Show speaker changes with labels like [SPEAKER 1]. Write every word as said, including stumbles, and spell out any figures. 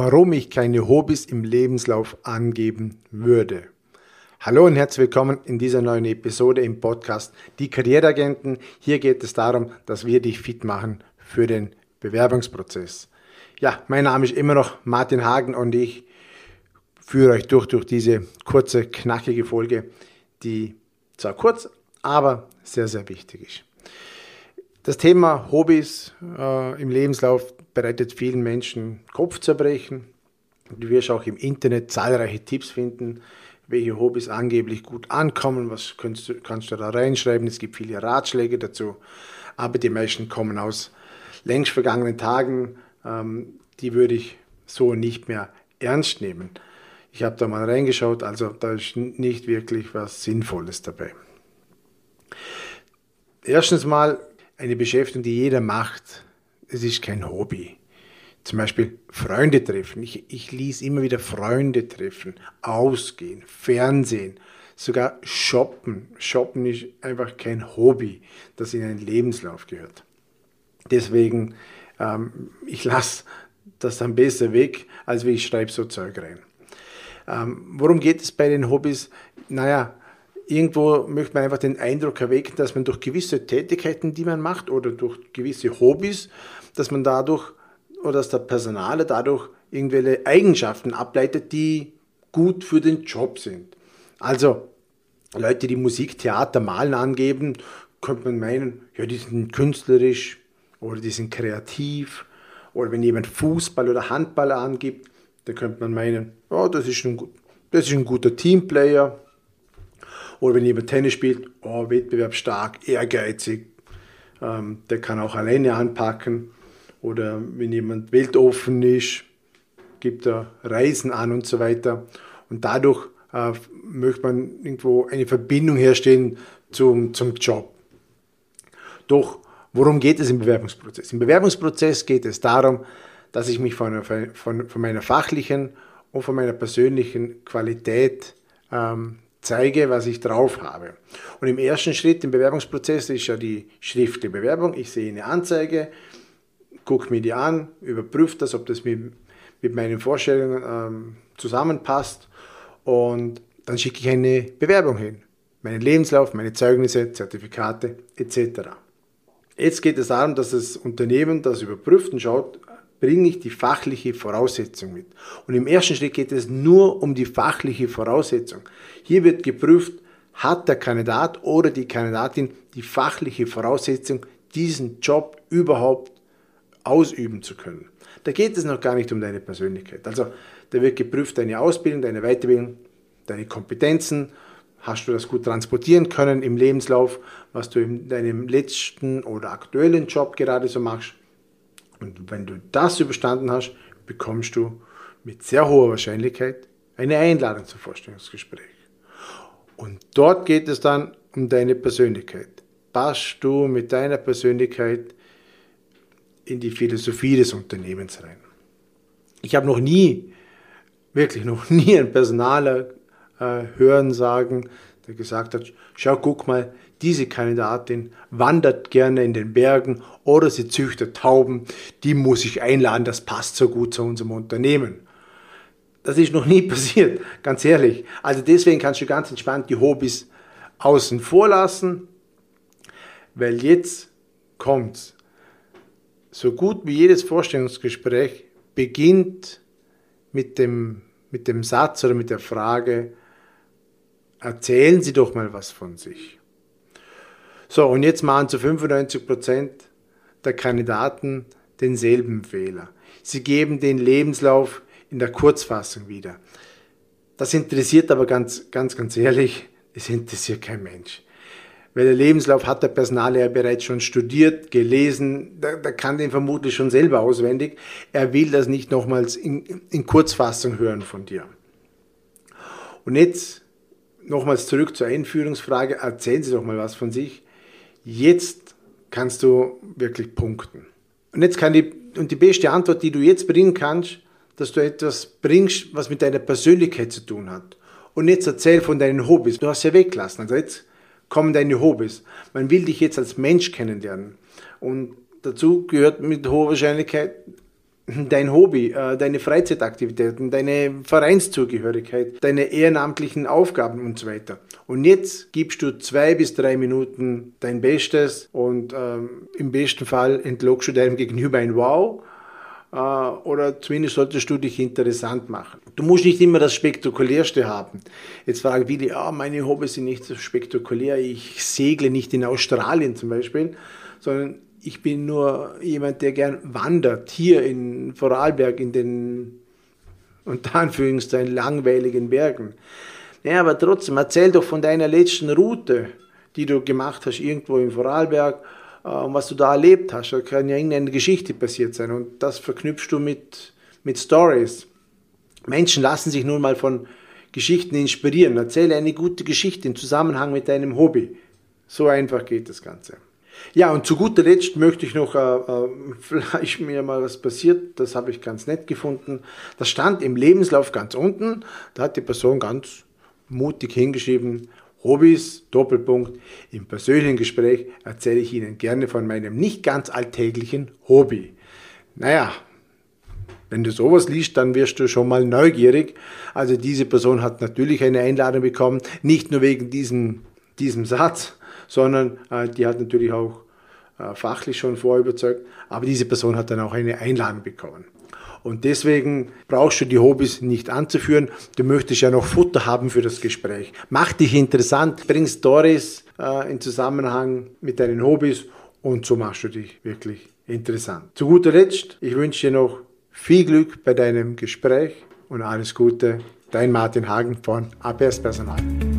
[SPEAKER 1] warum ich keine Hobbys im Lebenslauf angeben würde. Hallo und herzlich willkommen in dieser neuen Episode im Podcast Die Karriereagenten. Hier geht es darum, dass wir dich fit machen für den Bewerbungsprozess. Ja, mein Name ist immer noch Martin Hagen und ich führe euch durch, durch diese kurze, knackige Folge, die zwar kurz, aber sehr, sehr wichtig ist. Das Thema Hobbys äh, im Lebenslauf bereitet vielen Menschen Kopfzerbrechen. Du wirst auch im Internet zahlreiche Tipps finden, welche Hobbys angeblich gut ankommen, was kannst du, kannst du da reinschreiben. Es gibt viele Ratschläge dazu, aber die meisten kommen aus längst vergangenen Tagen, ähm, die würde ich so nicht mehr ernst nehmen. Ich habe da mal reingeschaut, also da ist nicht wirklich was Sinnvolles dabei. Erstens mal, eine Beschäftigung, die jeder macht, es ist kein Hobby. Zum Beispiel Freunde treffen. Ich, ich lese immer wieder Freunde treffen, ausgehen, Fernsehen, sogar shoppen. Shoppen ist einfach kein Hobby, das in einen Lebenslauf gehört. Deswegen, ähm, ich lasse das dann besser weg, als wie ich schreibe so Zeug rein. Ähm, worum geht es bei den Hobbys? Naja, irgendwo möchte man einfach den Eindruck erwecken, dass man durch gewisse Tätigkeiten, die man macht oder durch gewisse Hobbys, dass man dadurch oder dass der Personaler dadurch irgendwelche Eigenschaften ableitet, die gut für den Job sind. Also Leute, die Musik, Theater, Malen angeben, könnte man meinen, ja, die sind künstlerisch oder die sind kreativ. Oder wenn jemand Fußball oder Handball angibt, dann könnte man meinen, ja, das ist ein, das ist ein guter Teamplayer. Oder wenn jemand Tennis spielt, oh, wettbewerbsstark, ehrgeizig, ähm, der kann auch alleine anpacken. Oder wenn jemand weltoffen ist, gibt er Reisen an und so weiter. Und dadurch äh, möchte man irgendwo eine Verbindung herstellen zum, zum Job. Doch worum geht es im Bewerbungsprozess? Im Bewerbungsprozess geht es darum, dass ich mich von, von, von meiner fachlichen und von meiner persönlichen Qualität ähm, zeige, was ich drauf habe. Und im ersten Schritt im Bewerbungsprozess ist ja die schriftliche Bewerbung. Ich sehe eine Anzeige, gucke mir die an, überprüfe das, ob das mit, mit meinen Vorstellungen ähm, zusammenpasst und dann schicke ich eine Bewerbung hin. Meinen Lebenslauf, meine Zeugnisse, Zertifikate et cetera. Jetzt geht es darum, dass das Unternehmen das überprüft und schaut, bringe ich die fachliche Voraussetzung mit. Und im ersten Schritt geht es nur um die fachliche Voraussetzung. Hier wird geprüft, hat der Kandidat oder die Kandidatin die fachliche Voraussetzung, diesen Job überhaupt ausüben zu können. Da geht es noch gar nicht um deine Persönlichkeit. Also da wird geprüft, deine Ausbildung, deine Weiterbildung, deine Kompetenzen. Hast du das gut transportieren können im Lebenslauf, was du in deinem letzten oder aktuellen Job gerade so machst? Und wenn du das überstanden hast, bekommst du mit sehr hoher Wahrscheinlichkeit eine Einladung zum Vorstellungsgespräch. Und dort geht es dann um deine Persönlichkeit. Passt du mit deiner Persönlichkeit in die Philosophie des Unternehmens rein? Ich habe noch nie, wirklich noch nie einen Personaler äh, hören sagen, der gesagt hat, schau, guck mal, diese Kandidatin wandert gerne in den Bergen oder sie züchtet Tauben, die muss ich einladen, das passt so gut zu unserem Unternehmen. Das ist noch nie passiert, ganz ehrlich. Also deswegen kannst du ganz entspannt die Hobbys außen vor lassen, weil jetzt kommt's. So gut wie jedes Vorstellungsgespräch beginnt mit dem, mit dem Satz oder mit der Frage, erzählen Sie doch mal was von sich. So, und jetzt machen zu fünfundneunzig Prozent der Kandidaten denselben Fehler. Sie geben den Lebenslauf in der Kurzfassung wieder. Das interessiert aber ganz, ganz, ganz ehrlich, es interessiert kein Mensch. Weil der Lebenslauf hat der Personaler ja bereits schon studiert, gelesen, der, der kann den vermutlich schon selber auswendig. Er will das nicht nochmals in, in Kurzfassung hören von dir. Und jetzt nochmals zurück zur Einführungsfrage, erzählen Sie doch mal was von sich. Jetzt kannst du wirklich punkten. Und jetzt kann die, und die beste Antwort, die du jetzt bringen kannst, dass du etwas bringst, was mit deiner Persönlichkeit zu tun hat. Und jetzt erzähl von deinen Hobbys. Du hast ja weggelassen. Also jetzt kommen deine Hobbys. Man will dich jetzt als Mensch kennenlernen. Und dazu gehört mit hoher Wahrscheinlichkeit dein Hobby, deine Freizeitaktivitäten, deine Vereinszugehörigkeit, deine ehrenamtlichen Aufgaben und so weiter. Und jetzt gibst du zwei bis drei Minuten dein Bestes und ähm, im besten Fall entlockst du deinem Gegenüber ein Wow. Oder zumindest solltest du dich interessant machen. Du musst nicht immer das Spektakulärste haben. Jetzt fragen viele, ja, meine Hobbys sind nicht so spektakulär, ich segle nicht in Australien zum Beispiel, sondern ich bin nur jemand, der gern wandert, hier in Vorarlberg in den, unter Anführungszeichen, langweiligen Bergen. Ja, aber trotzdem, erzähl doch von deiner letzten Route, die du gemacht hast, irgendwo in Vorarlberg, und was du da erlebt hast. Da kann ja irgendeine Geschichte passiert sein und das verknüpfst du mit, mit Stories. Menschen lassen sich nun mal von Geschichten inspirieren. Erzähle eine gute Geschichte im Zusammenhang mit deinem Hobby. So einfach geht das Ganze. Ja, und zu guter Letzt möchte ich noch, äh, äh, vielleicht mir mal was passiert, das habe ich ganz nett gefunden. Das stand im Lebenslauf ganz unten, da hat die Person ganz mutig hingeschrieben, Hobbys, Doppelpunkt, im persönlichen Gespräch erzähle ich Ihnen gerne von meinem nicht ganz alltäglichen Hobby. Naja, wenn du sowas liest, dann wirst du schon mal neugierig. Also diese Person hat natürlich eine Einladung bekommen, nicht nur wegen diesem, diesem Satz, sondern äh, die hat natürlich auch äh, fachlich schon vorüberzeugt, aber diese Person hat dann auch eine Einladung bekommen. Und deswegen brauchst du die Hobbys nicht anzuführen. Du möchtest ja noch Futter haben für das Gespräch. Mach dich interessant, bring Stories äh, in Zusammenhang mit deinen Hobbys und so machst du dich wirklich interessant. Zu guter Letzt, ich wünsche dir noch viel Glück bei deinem Gespräch und alles Gute. Dein Martin Hagen von A P S Personal.